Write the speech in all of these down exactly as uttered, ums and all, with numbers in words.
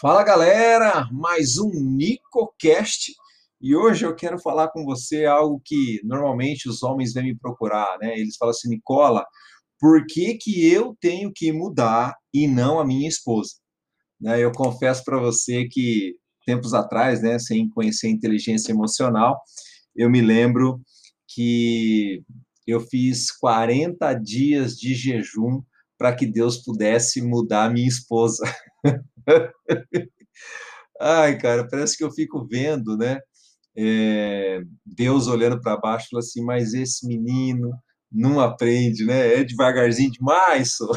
Fala galera, mais um NicoCast e hoje eu quero falar com você algo que normalmente os homens vêm me procurar, né? Eles falam assim, Nicola, por que que eu tenho que mudar e não a minha esposa? Né, eu confesso para você que tempos atrás, né, sem conhecer inteligência emocional, eu me lembro que eu fiz quarenta dias de jejum para que Deus pudesse mudar a minha esposa. Ai, cara, parece que eu fico vendo, né? é, Deus olhando para baixo, e fala assim, mas esse menino não aprende, né? É devagarzinho demais, só.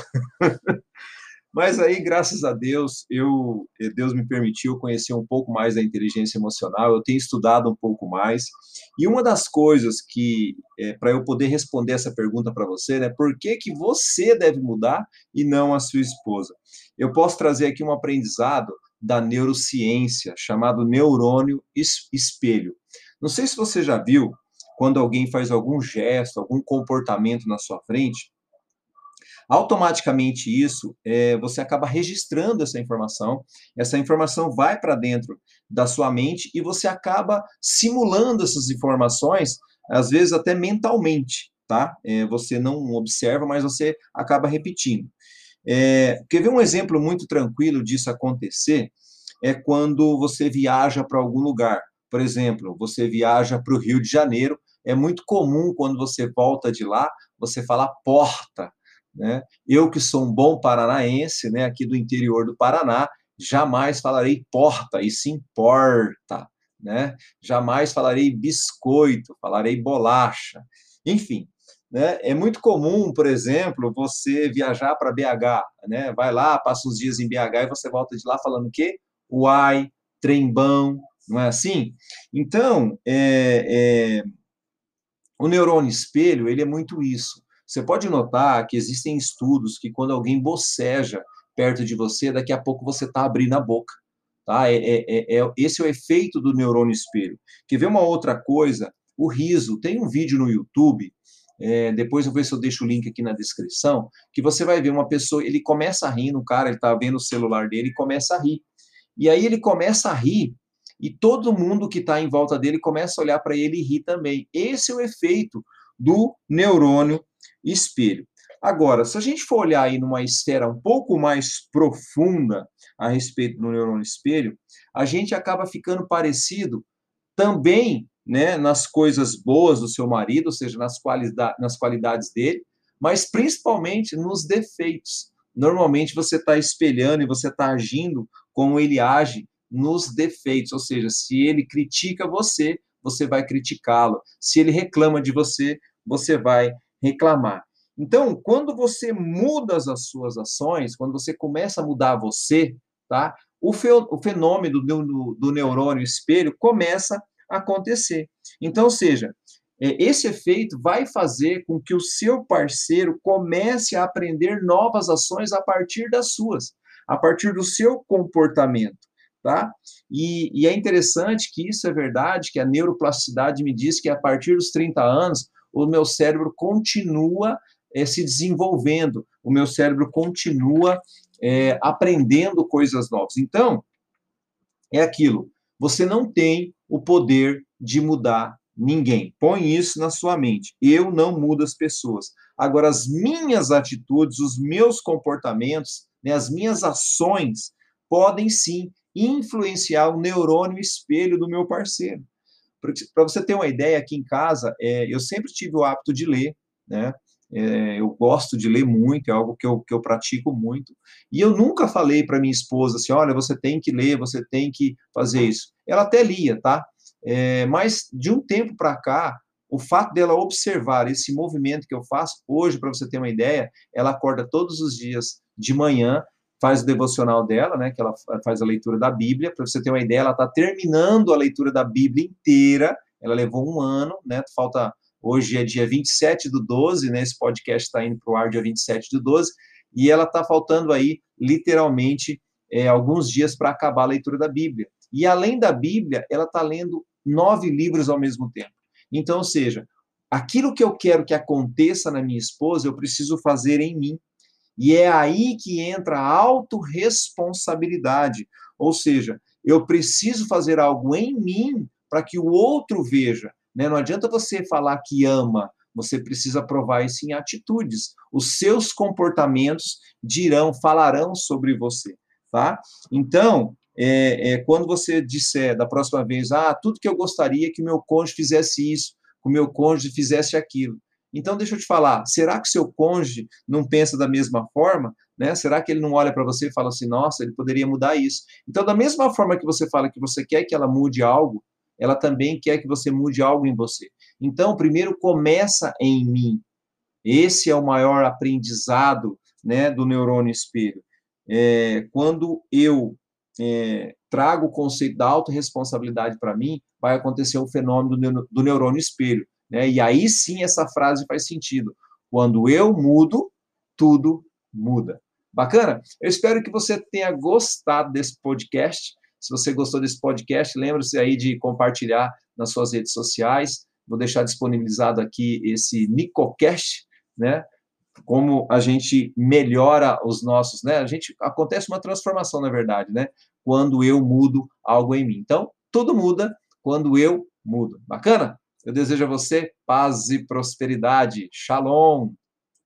Mas aí, graças a Deus, eu, Deus me permitiu conhecer um pouco mais da inteligência emocional, eu tenho estudado um pouco mais, e uma das coisas que, é, para eu poder responder essa pergunta para você, né, por que que você deve mudar e não a sua esposa? Eu posso trazer aqui um aprendizado da neurociência, chamado neurônio espelho. Não sei se você já viu, quando alguém faz algum gesto, algum comportamento na sua frente, automaticamente isso, é, você acaba registrando essa informação, essa informação vai para dentro da sua mente e você acaba simulando essas informações, às vezes até mentalmente, tá? É, você não observa, mas você acaba repetindo. É, quer ver um exemplo muito tranquilo disso acontecer? É quando você viaja para algum lugar. Por exemplo, você viaja para o Rio de Janeiro, é muito comum quando você volta de lá, você falar porta, né? Eu que sou um bom paranaense, né, aqui do interior do Paraná, jamais falarei porta, e sim porta, né? Jamais falarei biscoito, falarei bolacha. Enfim, né? É muito comum, por exemplo, você viajar para B H, né? Vai lá, passa uns dias em B H e você volta de lá falando o quê? Uai, trembão, não é assim? Então, é, é, o neurônio espelho, ele é muito isso. Você pode notar que existem estudos que quando alguém boceja perto de você, daqui a pouco você está abrindo a boca. Tá? É, é, é, é, esse é o efeito do neurônio espelho. Quer ver uma outra coisa? O riso. Tem um vídeo no YouTube, é, depois eu vou ver se eu deixo o link aqui na descrição, que você vai ver uma pessoa, ele começa a rir, no cara, ele está vendo o celular dele e começa a rir. E aí ele começa a rir e todo mundo que está em volta dele começa a olhar para ele e rir também. Esse é o efeito do neurônio espelho. Agora, se a gente for olhar aí numa esfera um pouco mais profunda a respeito do neurônio espelho, a gente acaba ficando parecido também, né, nas coisas boas do seu marido, ou seja, nas, qualidade, nas qualidades dele, mas principalmente nos defeitos. Normalmente você está espelhando e você está agindo como ele age nos defeitos, ou seja, se ele critica você, você vai criticá-lo. Se ele reclama de você, você vai reclamar. Então, quando você muda as suas ações, quando você começa a mudar você, tá? O, fe o fenômeno do, do, do neurônio espelho começa a acontecer. Então, ou seja, esse efeito vai fazer com que o seu parceiro comece a aprender novas ações a partir das suas, a partir do seu comportamento, tá? E, e é interessante que isso é verdade, que a neuroplasticidade me diz que a partir dos trinta anos, o meu cérebro continua é, se desenvolvendo, o meu cérebro continua é, aprendendo coisas novas. Então, é aquilo, você não tem o poder de mudar ninguém. Põe isso na sua mente. Eu não mudo as pessoas. Agora, as minhas atitudes, os meus comportamentos, né, as minhas ações podem sim influenciar o neurônio espelho do meu parceiro. Para você ter uma ideia, aqui em casa, é, eu sempre tive o hábito de ler, né? É, eu gosto de ler muito, é algo que eu, que eu pratico muito. E eu nunca falei para minha esposa assim, olha, você tem que ler, você tem que fazer isso. Ela até lia, tá? É, mas de um tempo para cá, o fato dela observar esse movimento que eu faço, hoje, para você ter uma ideia, ela acorda todos os dias de manhã, faz o devocional dela, né, que ela faz a leitura da Bíblia. Para você ter uma ideia, ela está terminando a leitura da Bíblia inteira, ela levou um ano, né, falta, hoje é dia vinte e sete do doze, né, esse podcast está indo para o ar dia vinte e sete do doze, e ela está faltando aí, literalmente, é, alguns dias para acabar a leitura da Bíblia. E além da Bíblia, ela está lendo nove livros ao mesmo tempo. Então, ou seja, aquilo que eu quero que aconteça na minha esposa, eu preciso fazer em mim. E é aí que entra a autorresponsabilidade, Ou seja, eu preciso fazer algo em mim para que o outro veja, né? Não adianta você falar que ama, você precisa provar isso em atitudes. Os seus comportamentos dirão, falarão sobre você, tá? Então, é, é, quando você disser da próxima vez, ah, tudo que eu gostaria é que o meu cônjuge fizesse isso, que o meu cônjuge fizesse aquilo. Então, deixa eu te falar, será que o seu cônjuge não pensa da mesma forma? Né? Será que ele não olha para você e fala assim, nossa, ele poderia mudar isso? Então, da mesma forma que você fala que você quer que ela mude algo, ela também quer que você mude algo em você. Então, primeiro começa em mim. Esse é o maior aprendizado, né, do neurônio espelho. É, quando eu é, trago o conceito da autorresponsabilidade para mim, vai acontecer o fenômeno do, do neurônio espelho. Né? E aí sim essa frase faz sentido. Quando eu mudo, tudo muda. Bacana? Eu espero que você tenha gostado desse podcast. Se você gostou desse podcast, lembre-se aí de compartilhar nas suas redes sociais. Vou deixar disponibilizado aqui esse NicoCast, né? Como a gente melhora os nossos, né? A gente acontece uma transformação, na verdade, né? Quando eu mudo algo em mim. Então, tudo muda quando eu mudo. Bacana? Eu desejo a você paz e prosperidade. Shalom.